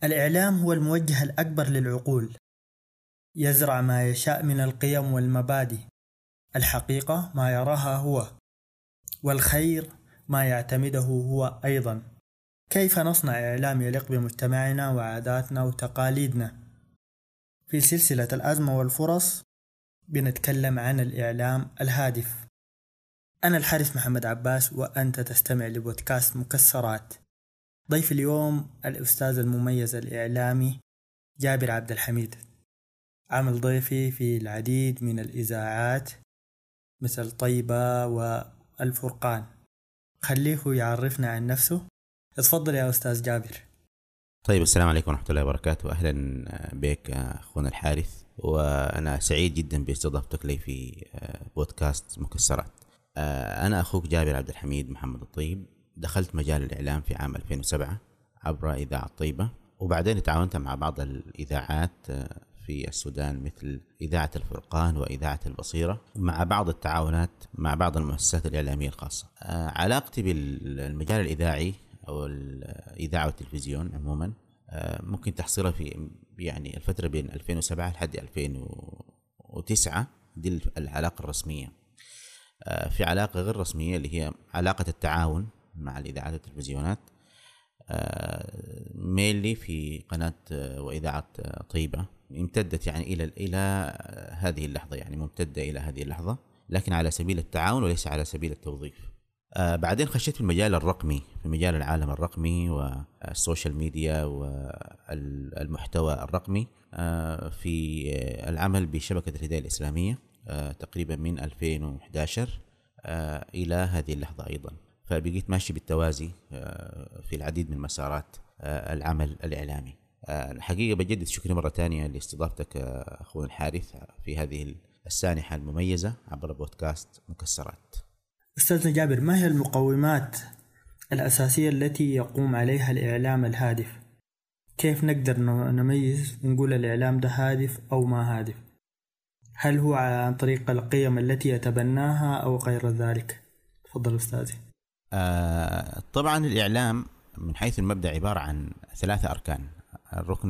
الإعلام هو الموجه الأكبر للعقول، يزرع ما يشاء من القيم والمبادئ. الحقيقة ما يراها هو، والخير ما يعتمده هو أيضا. كيف نصنع إعلام يليق بمجتمعنا وعاداتنا وتقاليدنا؟ في سلسلة الأزمة والفرص بنتكلم عن الإعلام الهادف. أنا الحارس محمد عباس، وأنت تستمع لبودكاست مكسرات. ضيف اليوم الأستاذ المميز الإعلامي جابر عبد الحميد، عمل ضيفي في العديد من الإذاعات مثل طيبة والفرقان. خليه يعرفنا عن نفسه. اتفضل يا أستاذ جابر. طيب، السلام عليكم ورحمة الله وبركاته. أهلا بك أخونا الحارث، وأنا سعيد جدا باستضافتك لي في بودكاست مكسرات. أنا أخوك جابر عبد الحميد محمد الطيب. دخلت مجال الإعلام في عام 2007 عبر إذاعة طيبة، وبعدين تعاونت مع بعض الإذاعات في السودان مثل إذاعة الفرقان وإذاعة البصيرة، مع بعض التعاونات مع بعض المؤسسات الإعلامية الخاصة. علاقتي بالمجال الإذاعي أو الإذاعة والتلفزيون عموما ممكن تحصيلها في يعني الفترة بين 2007 لحد 2009. دي العلاقة الرسمية. في علاقة غير رسمية اللي هي علاقة التعاون مع الإذاعات والتلفزيونات، ميلي في قناة وإذاعة طيبة، امتدت يعني إلى هذه اللحظة، يعني ممتدة إلى هذه اللحظة، لكن على سبيل التعاون وليس على سبيل التوظيف. بعدين خشيت في المجال الرقمي، في مجال العالم الرقمي والسوشيال ميديا والمحتوى الرقمي، في العمل بشبكة الهداية الإسلامية تقريبا من 2011 إلى هذه اللحظة أيضا. فبقيت ماشي بالتوازي في العديد من مسارات العمل الإعلامي. الحقيقة بجدد شكري مرة تانية لاستضافتك أخونا الحارث في هذه السانحة المميزة عبر بودكاست مكسرات. أستاذنا جابر، ما هي المقومات الأساسية التي يقوم عليها الإعلام الهادف؟ كيف نقدر نميز ونقول الإعلام ده هادف أو ما هادف؟ هل هو عن طريق القيم التي يتبناها أو غير ذلك؟ تفضل أستاذي. طبعا الإعلام من حيث المبدأ عبارة عن 3 أركان: الركن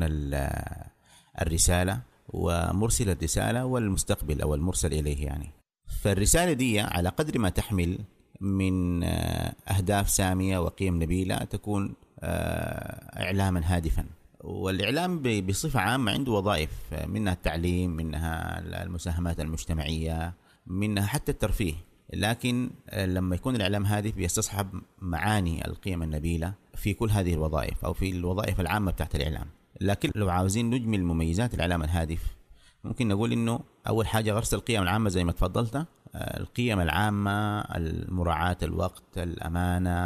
الرسالة ومرسل الرسالة والمستقبل أو المرسل إليه يعني. فالرسالة دي على قدر ما تحمل من أهداف سامية وقيم نبيلة تكون إعلاما هادفا. والإعلام بصفة عامة عنده وظائف، منها التعليم، منها المساهمات المجتمعية، منها حتى الترفيه. لكن لما يكون الإعلام هادف بيستصحب معاني القيم النبيلة في كل هذه الوظائف أو في الوظائف العامة بتاعت الإعلام. لكن لو عاوزين نجمل مميزات الإعلام الهادف، ممكن نقول إنه أول حاجة غرس القيم العامة زي ما تفضلت. القيم العامة: المراعاة الوقت، الأمانة،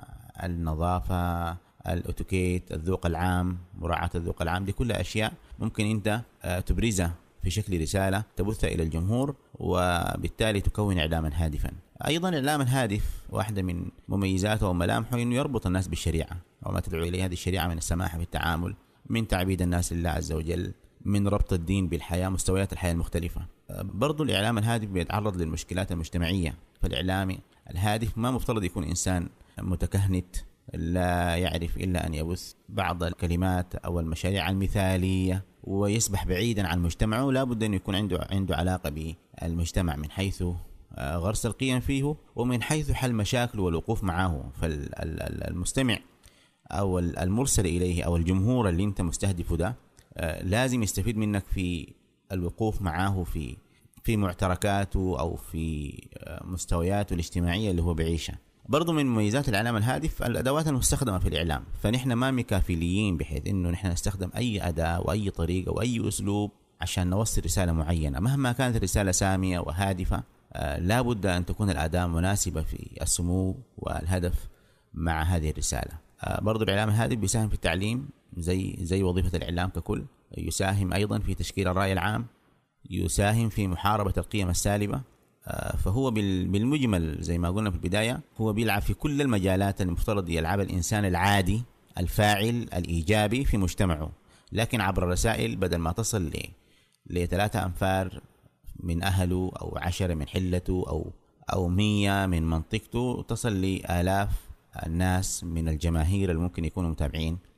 النظافة، الأتوكيت، الذوق العام، مراعاة الذوق العام. دي كلها أشياء ممكن أنت تبرزها في شكل رسالة تبثها إلى الجمهور، وبالتالي تكون إعلاما هادفا. أيضا الإعلام الهادف واحدة من مميزاته وملامحه إنه يربط الناس بالشريعة وما تدعو إليه هذه الشريعة من السماحة في التعامل، من تعبيد الناس لله عز وجل، من ربط الدين بالحياة، مستويات الحياة المختلفة. برضو الإعلام الهادف بيتعرض للمشكلات المجتمعية. فالإعلام الهادف ما مفترض يكون إنسان متكهنت لا يعرف إلا أن يبث بعض الكلمات أو المشاريع المثالية ويسبح بعيدا عن مجتمعه. لا بد أن يكون عنده علاقة بالمجتمع من حيث غرس القيم فيه، ومن حيث حل مشاكل والوقوف معه. فالمستمع أو المرسل إليه أو الجمهور اللي أنت مستهدفه ده لازم يستفيد منك في الوقوف معه في معتركاته أو في مستوياته الاجتماعية اللي هو بعيشها. برضو من مميزات الإعلام الهادف الأدوات المستخدمة في الإعلام. فنحن ما مكافليين بحيث إنه نحن نستخدم أي أداة وأي طريقة وأي أسلوب عشان نوصل رسالة معينة. مهما كانت الرسالة سامية وهادفة، لا بد أن تكون الأداة مناسبة في السمو والهدف مع هذه الرسالة. برضو الإعلام الهادف بيساهم في التعليم زي وظيفة الإعلام ككل. يساهم أيضا في تشكيل الرأي العام، يساهم في محاربة القيم السالبة. فهو بالمجمل زي ما قلنا في البداية، هو بيلعب في كل المجالات المفترض يلعبها الإنسان العادي الفاعل الإيجابي في مجتمعه، لكن عبر الرسائل. بدل ما تصل ل3 أنفار من أهله أو 10 من حلته أو 100 من منطقته، تصل لآلاف الناس من الجماهير اللي ممكن يكونوا متابعين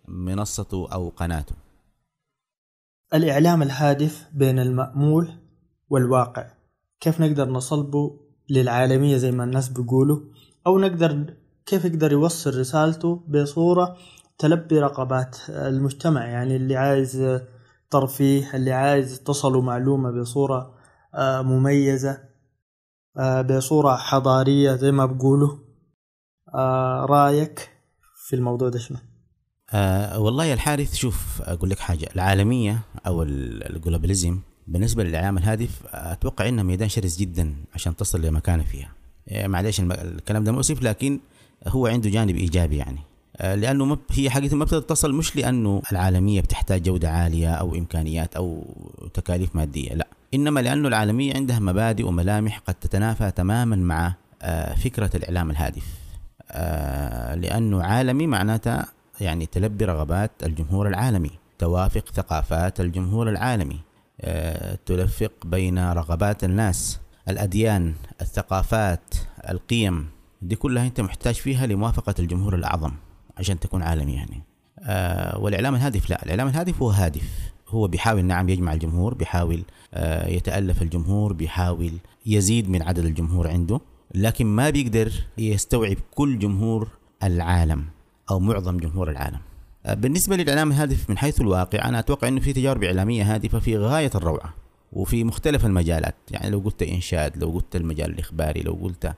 منصته أو قناته. الإعلام الهادف بين المأمول والواقع، كيف نقدر نصلبه للعالمية زي ما الناس بيقولوا، أو كيف يقدر يوصل رسالته بصورة تلبي رغبات المجتمع، يعني اللي عايز ترفيه، اللي عايز تصله معلومة بصورة مميزة، بصورة حضارية زي ما بقولوا. رأيك في الموضوع ده شنو؟ والله يا الحارث، شوف أقول لك حاجة. العالمية أو الجلوباليزم بالنسبة للإعلام الهادف أتوقع إنه ميدان شرس جدا عشان تصل لمكانه فيها. معليش الكلام ده مؤسف، لكن هو عنده جانب إيجابي يعني. لأنه هي حاجة ما بتتصل مش لأنه العالمية بتحتاج جودة عالية أو إمكانيات أو تكاليف مادية، لا، إنما لأنه العالمية عندها مبادئ وملامح قد تتنافى تماما مع فكرة الإعلام الهادف. لأنه عالمي معناتها يعني تلبي رغبات الجمهور العالمي، توافق ثقافات الجمهور العالمي، تلفق بين رغبات الناس، الأديان، الثقافات، القيم، دي كلها أنت محتاج فيها لموافقة الجمهور الأعظم عشان تكون عالمي يعني. والإعلام الهادف لا، الإعلام الهادف هو هادف، هو بيحاول نعم يجمع الجمهور، بيحاول يتألف الجمهور، بيحاول يزيد من عدد الجمهور عنده، لكن ما بيقدر يستوعب كل جمهور العالم أو معظم جمهور العالم. بالنسبة للإعلام الهادف من حيث الواقع، أنا أتوقع أنه في تجارب إعلامية هادفة في غاية الروعة وفي مختلف المجالات. يعني لو قلت إنشاد، لو قلت المجال الإخباري، لو قلت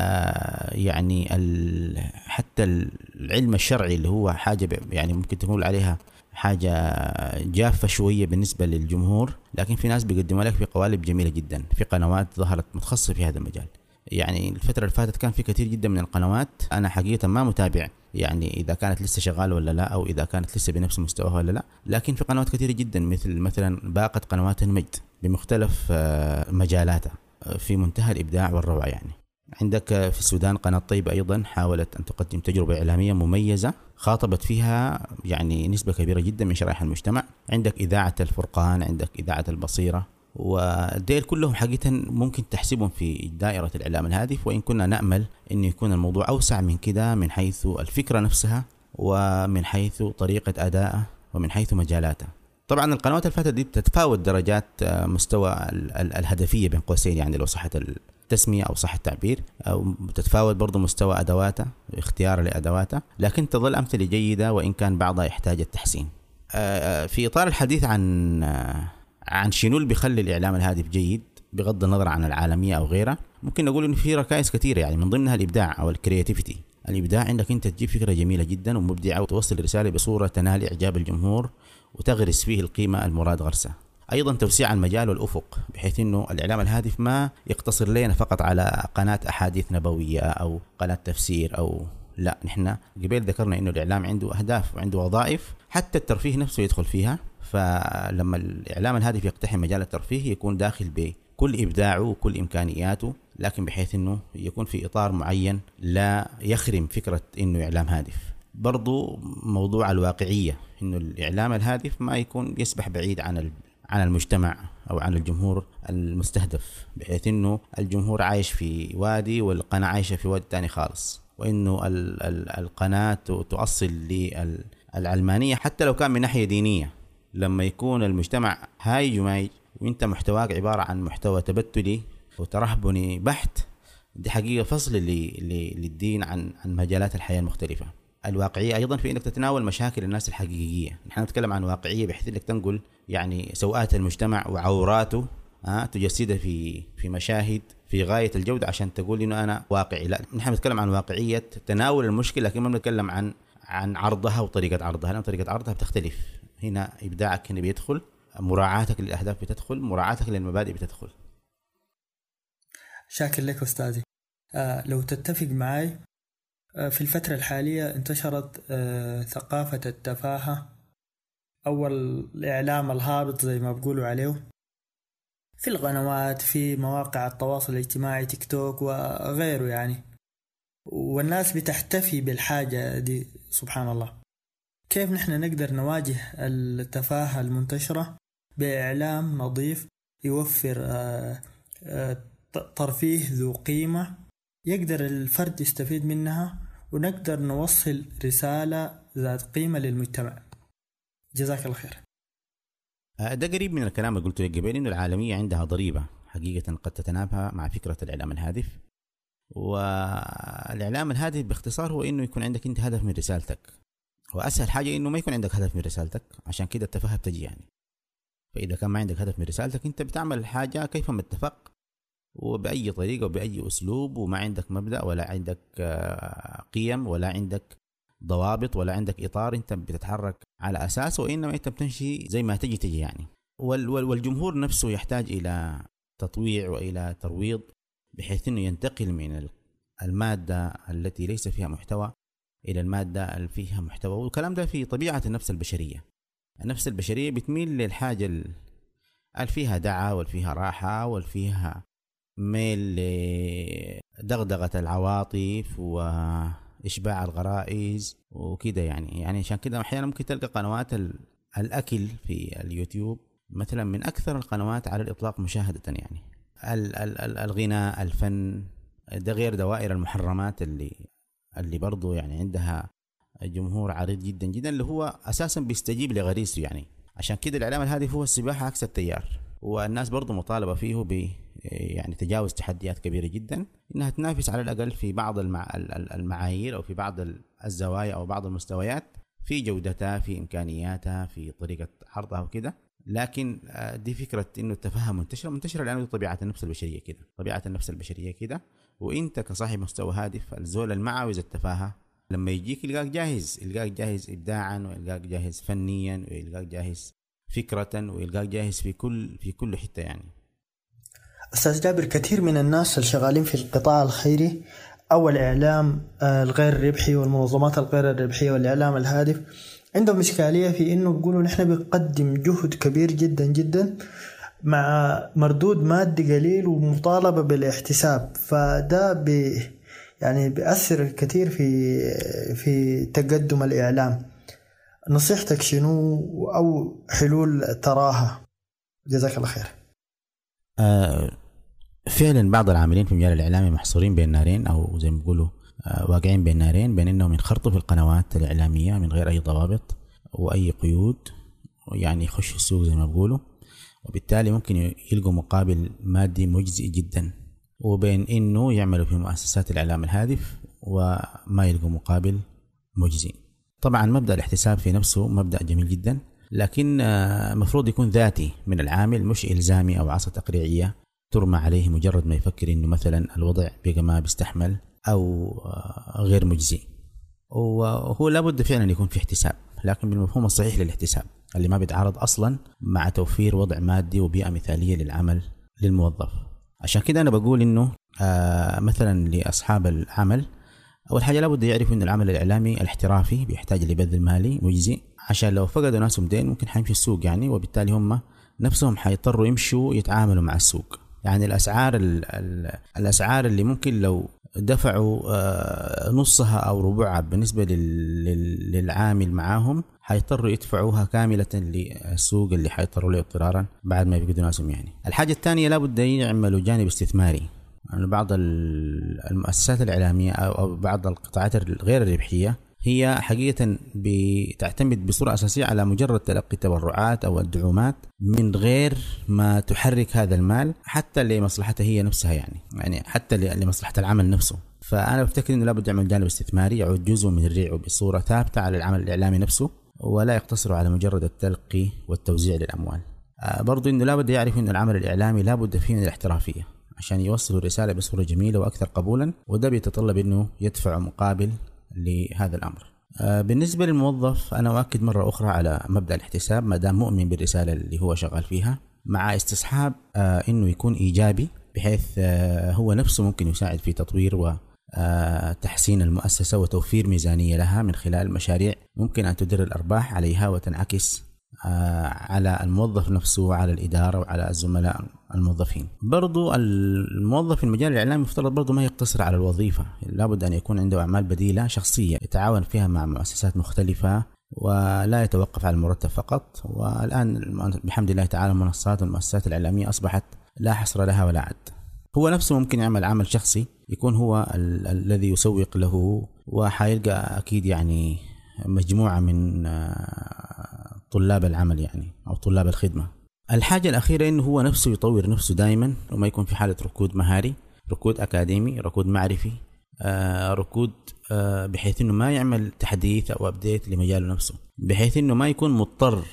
يعني حتى العلم الشرعي اللي هو حاجة يعني ممكن تقول عليها حاجة جافة شوية بالنسبة للجمهور، لكن في ناس بيقدموا لك في قوالب جميلة جدا، في قنوات ظهرت متخصصة في هذا المجال. يعني الفترة اللي فاتت كان في كثير جدا من القنوات، أنا حقيقة ما متابع يعني إذا كانت لسه شغالة ولا لا، أو إذا كانت لسه بنفس مستواها ولا لا، لكن في قنوات كثيرة جدا مثلا باقة قنوات المجد بمختلف مجالاتها في منتهى الإبداع والروعة يعني. عندك في السودان قناة طيبة أيضا حاولت أن تقدم تجربة إعلامية مميزة خاطبت فيها يعني نسبة كبيرة جدا من شرائح المجتمع. عندك إذاعة الفرقان، عندك إذاعة البصيرة، وديل كلهم حقيقة ممكن تحسبهم في دائرة الإعلام الهادف، وإن كنا نأمل أن يكون الموضوع أوسع من كده من حيث الفكرة نفسها ومن حيث طريقة أدائه ومن حيث مجالاته. طبعا القنوات الفاتت دي تتفاوت درجات مستوى الهدفية بين قوسين، يعني لو صحت التسمية أو صح التعبير، أو تتفاوت برضو مستوى أدواته، اختيار لأدواته، لكن تظل أمثلة جيدة وإن كان بعضها يحتاج التحسين. في إطار الحديث عن شنو اللي بيخلي الإعلام الهادف جيد بغض النظر عن العالمية أو غيرها، ممكن نقول إنه في ركائز كثيرة، يعني من ضمنها الإبداع أو الكرياتيفيتي. الإبداع عندك أنت تجيب فكرة جميلة جدا ومبدعة وتوصل رسالة بصورة تنال إعجاب الجمهور وتغرس فيه القيمة المراد غرسها. أيضا توسيع المجال والأفق، بحيث أنه الإعلام الهادف ما يقتصر لنا فقط على قناة أحاديث نبوية أو قناة تفسير أو لا، نحن قبل ذكرنا أنه الإعلام عنده أهداف وعنده وظائف، حتى الترفيه نفسه يدخل فيها. فلما الإعلام الهادف يقتحم مجال الترفيه يكون داخل بكل إبداعه وكل إمكانياته، لكن بحيث أنه يكون في إطار معين لا يخرم فكرة أنه إعلام هادف. برضو موضوع الواقعية، أنه الإعلام الهادف ما يكون يسبح بعيد عن المجتمع أو عن الجمهور المستهدف، بحيث أنه الجمهور عايش في وادي والقناة عايشة في وادي تاني خالص، وأنه القناة تؤصل للعلمانية حتى لو كان من ناحية دينية. لما يكون المجتمع هايج ومايج وانت محتواك عبارة عن محتوى تبتلي وترهبني بحت، دي حقيقة فصل للدين عن مجالات الحياة المختلفة. الواقعية أيضا في أنك تتناول مشاكل الناس الحقيقية. نحن نتكلم عن واقعية بحيث أنك تنقل يعني سوءات المجتمع وعوراته تجسدها في مشاهد في غاية الجودة عشان تقول إنه أنا واقعي. لا، نحن نتكلم عن واقعية تناول المشكلة، لكن ما نتكلم عن عرضها وطريقة عرضها، لأن طريقة عرضها بتختلف. هنا إبداعك هنا بيدخل، مراعاتك للأهداف بتدخل، مراعاتك للمبادئ بتدخل. شاكر لك أستاذي. لو تتفق معي، في الفترة الحالية انتشرت ثقافة التفاهة أو الإعلام الهابط زي ما بقولوا عليه في القنوات، في مواقع التواصل الاجتماعي، تيك توك وغيره يعني، والناس بتحتفي بالحاجة دي. سبحان الله، كيف نحن نقدر نواجه التفاهة المنتشرة بإعلام نظيف يوفر ترفيه ذو قيمة يقدر الفرد يستفيد منها، ونقدر نوصل رسالة ذات قيمة للمجتمع. جزاك الله خير. ده قريب من الكلام اللي قلته قبل، إنه العالمية عندها ضريبة حقيقة قد تتنافى مع فكرة الإعلام الهادف. والإعلام الهادف باختصار هو إنه يكون عندك أنت هدف من رسالتك، وأسهل حاجة إنه ما يكون عندك هدف من رسالتك، عشان كده التفاهة بتجي يعني. فإذا كان ما عندك هدف من رسالتك أنت بتعمل الحاجة كيفما اتفق وبأي طريقة وبأي أسلوب، وما عندك مبدأ ولا عندك قيم ولا عندك ضوابط ولا عندك إطار أنت بتتحرك على أساسه، وإنما أنت بتمشي زي ما تجي يعني. والجمهور نفسه يحتاج إلى تطويع وإلى ترويض، بحيث أنه ينتقل من المادة التي ليس فيها محتوى إلى المادة اللي فيها محتوى. والكلام ده في طبيعة النفس البشرية. النفس البشرية بتميل للحاجة اللي فيها دعة والفيها راحة والفيها ميل لدغدغة العواطف وإشباع الغرائز وكده يعني عشان كده أحيانا ممكن تلقى قنوات الأكل في اليوتيوب مثلا من أكثر القنوات على الإطلاق مشاهدة يعني. الغناء، الفن، ده غير دوائر المحرمات اللي برضو يعني عندها جمهور عريض جدا جدا، اللي هو أساسا بيستجيب لغريزته يعني. عشان كده الإعلام الهادف هو السباحة عكس التيار، والناس برضو مطالبة فيه يعني تجاوز تحديات كبيرة جدا، إنها تنافس على الأقل في بعض المعايير أو في بعض الزوايا أو بعض المستويات، في جودتها، في إمكانياتها، في طريقة عرضها وكده. لكن دي فكرة إنه التفاهة منتشرة لأنه طبيعة النفس البشرية كده، طبيعة النفس البشرية كده. وإنت كصاحب مستوى هادف، الزول المعاوز التفاهة لما يجيك يلقاك جاهز إبداعا، ويلقاك جاهز فنيا، ويلقاك جاهز فكرة، ويلقاك جاهز في كل حتة يعني. أستاذ جابر، كثير من الناس الشغالين في القطاع الخيري أو الإعلام الغير ربحي والمنظمات الغير الربحية والإعلام الهادف عندهم إشكالية في إنه بيقولوا نحن بنقدم جهد كبير جدا جدا مع مردود مادي قليل ومطالبة بالاحتساب، فده يعني بيأثر كثير في تقدم الإعلام. نصيحتك شنو أو حلول تراها؟ جزاك الله خير. فعلا بعض العاملين في المجال الإعلامي محصورين بين نارين، أو زي ما بيقولوا واقعين بين نارين، بين إنهم ينخرطوا في القنوات الإعلامية من غير أي ضوابط وأي قيود، يعني يخشوا السوق زي ما بيقولوا، وبالتالي ممكن يلقوا مقابل مادي مجزئ جدا، وبين إنه يعملوا في مؤسسات الإعلام الهادف وما يلقوا مقابل مجزئ. طبعا مبدأ الاحتساب في نفسه مبدأ جميل جدا، لكن مفروض يكون ذاتي من العامل، مش إلزامي أو عصا تقريعية ترمى عليه مجرد ما يفكر إنه مثلا الوضع بقى ما بيستحمل أو غير مجزي. وهو لابد فعلا يكون في احتساب، لكن بالمفهوم الصحيح للاحتساب اللي ما بيتعارض أصلا مع توفير وضع مادي وبيئة مثالية للعمل للموظف. عشان كده أنا بقول إنه مثلا لأصحاب العمل، أول حاجة لابد يعرفوا إن العمل الإعلامي الاحترافي بيحتاج لبذل مالي مجزي، عشان لو فقدوا ناسهم دين ممكن حيمشي السوق يعني، وبالتالي هم نفسهم حيضطروا يمشوا يتعاملوا مع السوق. يعني الأسعار اللي ممكن لو دفعوا نصها أو ربعها بالنسبة للعامل معاهم، حيضطروا يدفعوها كاملة للسوق اللي حيضطروا له اضطرارا بعد ما يفقدوا ناسهم يعني. الحاجة الثانية لابد يعملوا جانب استثماري. يعني بعض المؤسسات الإعلامية أو بعض القطاعات الغير الربحية هي حقيقة بتعتمد بصورة أساسية على مجرد تلقي التبرعات أو الدعومات من غير ما تحرك هذا المال حتى لمصلحتها هي نفسها يعني حتى لمصلحة العمل نفسه. فأنا بفتكر أنه لابد يعمل جانب استثماري يعود جزء من الريع بصورة ثابتة على العمل الإعلامي نفسه، ولا يقتصر على مجرد التلقي والتوزيع للأموال. برضو أنه لابد يعرف أن العمل الإعلامي لابد فيه من الاحترافية عشان يوصلوا الرسالة بصورة جميلة وأكثر قبولا، وده بيتطلب أنه يدفع مقابل لهذا الأمر. بالنسبة للموظف أنا أؤكد مرة أخرى على مبدأ الاحتساب ما دام مؤمن بالرسالة اللي هو شغال فيها، مع استصحاب أنه يكون إيجابي، بحيث هو نفسه ممكن يساعد في تطوير وتحسين المؤسسة وتوفير ميزانية لها من خلال مشاريع ممكن أن تدر الأرباح عليها وتنعكس على الموظف نفسه وعلى الإدارة وعلى الزملاء الموظفين. برضو الموظف في المجال الإعلامي يفترض برضو ما يقتصر على الوظيفة، لابد أن يكون عنده أعمال بديلة شخصية يتعاون فيها مع مؤسسات مختلفة ولا يتوقف على المرتب فقط. والآن بحمد الله تعالى المنصات والمؤسسات الإعلامية أصبحت لا حصر لها ولا عد. هو نفسه ممكن يعمل عمل شخصي يكون هو الذي يسوق له، وحيلقى أكيد يعني مجموعة من طلاب العمل يعني أو طلاب الخدمة. الحاجة الأخيرة إنه هو نفسه يطور نفسه دائما وما يكون في حالة ركود مهاري، ركود أكاديمي، ركود معرفي، ركود بحيث إنه ما يعمل تحديث أو أبديت لمجاله نفسه، بحيث إنه ما يكون مضطر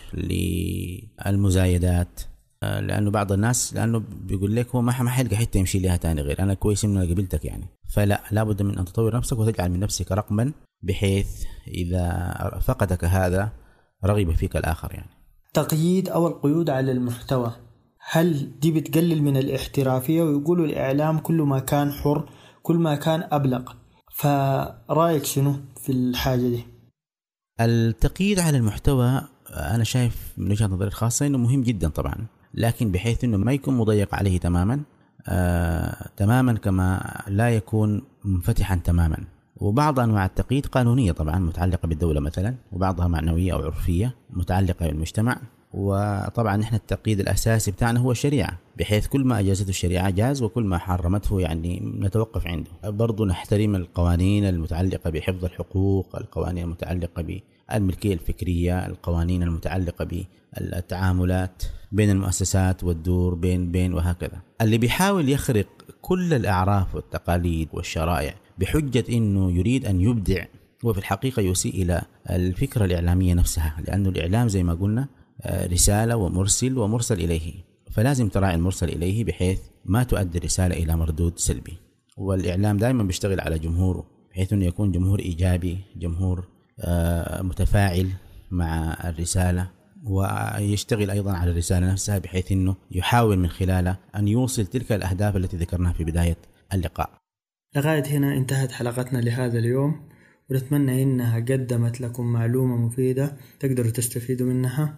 للمزايدات. لأنه بعض الناس لأنه بيقول لك هو ما حيلقى حتى يمشي لها تاني غير أنا كويس إنه قبلتك يعني. فلا، لابد من أن تطور نفسك وتجعل من نفسك رقما، بحيث إذا فقدك هذا رغب فيك الآخر يعني. تقييد أو القيود على المحتوى، هل دي بتقلل من الاحترافية؟ ويقولوا الإعلام كل ما كان حر كل ما كان أبلغ، فرأيك شنو في الحاجة دي؟ التقييد على المحتوى أنا شايف من وجهة نظري الخاصة إنه مهم جدا طبعا، لكن بحيث إنه ما يكون مضيق عليه تماما، تماما كما لا يكون منفتحا تماما. وبعض أنواع التقييد قانونية طبعا متعلقة بالدولة مثلا، وبعضها معنوية أو عرفية متعلقة بالمجتمع. وطبعا نحن التقييد الأساسي بتاعنا هو الشريعة، بحيث كل ما أجازته الشريعة جاز، وكل ما حرمته يعني نتوقف عنده. برضو نحترم القوانين المتعلقة بحفظ الحقوق، القوانين المتعلقة بالملكية الفكرية، القوانين المتعلقة بالتعاملات بين المؤسسات والدور بين وهكذا. اللي بيحاول يخرق كل الأعراف والتقاليد والشرائع بحجة إنه يريد أن يبدع، وفي الحقيقة يسيء إلى الفكرة الإعلامية نفسها، لأنه الإعلام زي ما قلنا رسالة ومرسل إليه، فلازم تراعي المرسل إليه بحيث ما تؤدي الرسالة إلى مردود سلبي. والإعلام دائما بيشتغل على جمهوره بحيث أنه يكون جمهور إيجابي، جمهور متفاعل مع الرسالة، ويشتغل أيضا على الرسالة نفسها بحيث أنه يحاول من خلالها أن يوصل تلك الأهداف التي ذكرناها في بداية اللقاء. لغاية هنا انتهت حلقتنا لهذا اليوم، ونتمنى إنها قدمت لكم معلومة مفيدة تقدروا تستفيدوا منها.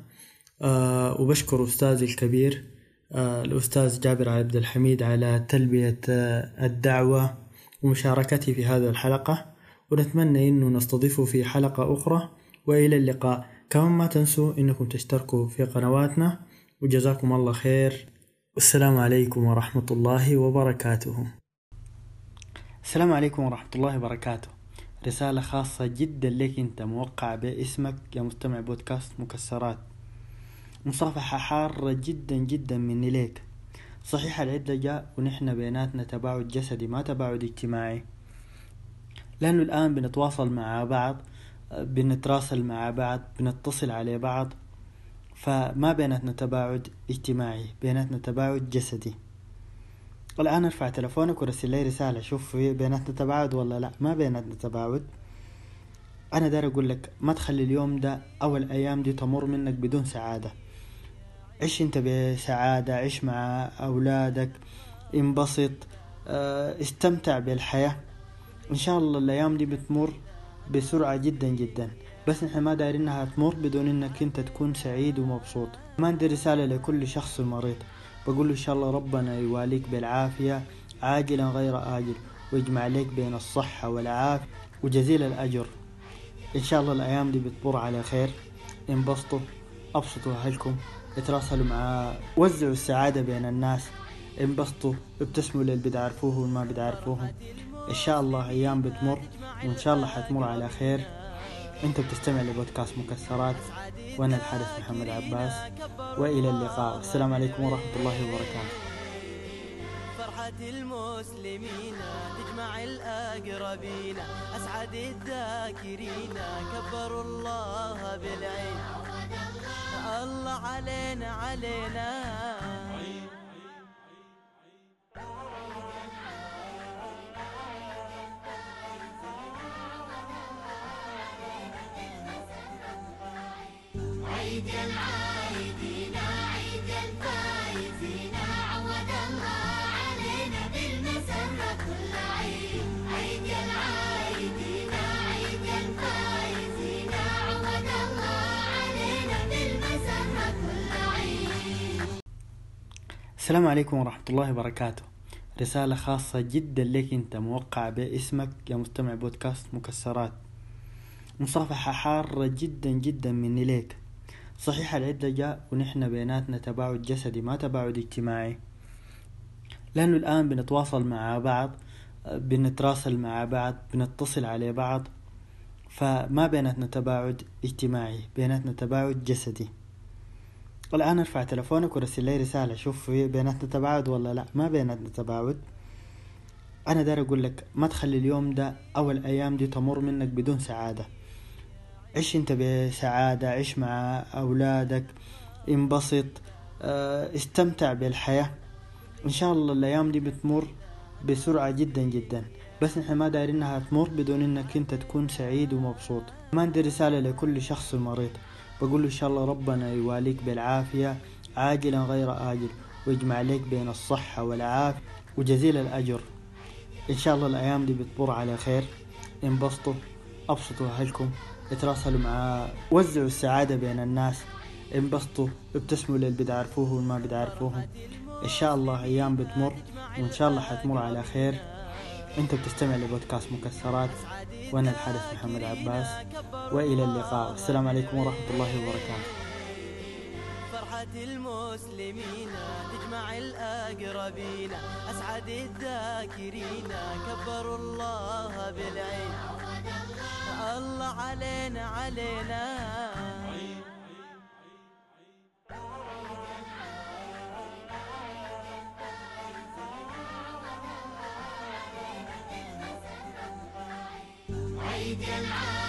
وبشكر أستاذي الكبير الأستاذ جابر عبد الحميد على تلبية الدعوة ومشاركتي في هذه الحلقة، ونتمنى إنه نستضيفه في حلقة أخرى، وإلى اللقاء. كمان ما تنسوا إنكم تشتركوا في قنواتنا، وجزاكم الله خير. والسلام عليكم ورحمة الله وبركاته. السلام عليكم ورحمة الله وبركاته. رسالة خاصة جدا لك أنت موقع باسمك يا مستمع بودكاست مكسرات. مصافحة حارة جدا جدا مني ليك. صحيح العدة جاء ونحن بيناتنا تباعد جسدي ما تباعد اجتماعي، لأنه الآن بنتواصل مع بعض، بنتراسل مع بعض، بنتصل على بعض، فما بيناتنا تباعد اجتماعي، بيناتنا تباعد جسدي. الآن ارفع تلفونك ورسل لي رسالة، شوف بيناتنا تباعد ولا لا. ما بيناتنا تباعد. أنا داير أقول لك ما تخلي اليوم ده أو الأيام دي تمر منك بدون سعادة. عيش انت بسعادة، عيش مع أولادك، انبسط، استمتع بالحياة. إن شاء الله الأيام دي بتمر بسرعة جدا جدا، بس نحن ما دايرينها تمر بدون انك انت تكون سعيد ومبسوط. ما عندي رسالة لكل شخص مريض، بقول له إن شاء الله ربنا يواليك بالعافية عاجلا غير آجل، ويجمع لك بين الصحة والعافية وجزيل الأجر. إن شاء الله الأيام دي بتمر على خير. انبسطوا، أبسطوا أهلكم، اتراسلوا مع، وزعوا السعادة بين الناس، انبسطوا، ابتسموا للي بتعرفوه وما بتعرفوهم. إن شاء الله أيام بتمر، وإن شاء الله حتمر على خير. أنت بتستمع لبودكاست مكسرات، وأنا الحارس محمد عباس، وإلى اللقاء. السلام عليكم ورحمة الله وبركاته. فرحة المسلمين تجمع الأقربين، أسعد الذاكرين كبروا الله بالعين. الله علينا علينا. عيد العايدين عيد الفايزين، عود الله علينا بالمسرة كل عيد. عيد العايدين عيد الفايزين، عود الله علينا بالمسرة كل عيد. السلام عليكم ورحمة الله وبركاته. رسالة خاصة جدا لك أنت موقع باسمك يا مستمع بودكاست مكسرات. مصافحة حارة جدا جدا مني ليك. صحيح العدة جاء ونحن بيناتنا تباعد جسدي ما تباعد اجتماعي، لأنه الآن بنتواصل مع بعض، بنتراسل مع بعض، بنتصل على بعض، فما بيناتنا تباعد اجتماعي، بيناتنا تباعد جسدي. الآن ارفع تلفونك ورسل لي رسالة، شوف في بيناتنا تباعد ولا لا. ما بيناتنا تباعد. أنا داير أقول لك ما تخلي اليوم ده أو الأيام دي تمر منك بدون سعادة. عيش انت بسعادة، عيش مع أولادك، انبسط، استمتع بالحياة. إن شاء الله الأيام دي بتمر بسرعة جدا جدا، بس نحن ما دايرين انها تمر بدون انك انت تكون سعيد ومبسوط. ما عندي رسالة لكل شخص مريض، بقول له ان شاء الله ربنا يواليك بالعافية عاجلا غير آجل، ويجمع عليك بين الصحة والعافية وجزيل الأجر. ان شاء الله الايام دي بتمر على خير. انبسطوا، ابسطوا اهلكم، اتراسلوا مع، وزعوا السعادة بين الناس، انبسطوا، ابتسموا للي بتعرفوه والما بتعرفوهم. ان شاء الله ايام بتمر، وان شاء الله حتمر على خير. انت بتستمع لبودكاست مكسرات، وانا الحارس محمد عباس، والى اللقاء. والسلام عليكم ورحمة الله وبركاته. فرحة المسلمين تجمع الأقربين، أسعد الذاكرين كبروا الله بالعين. الله علينا علينا عيد العيد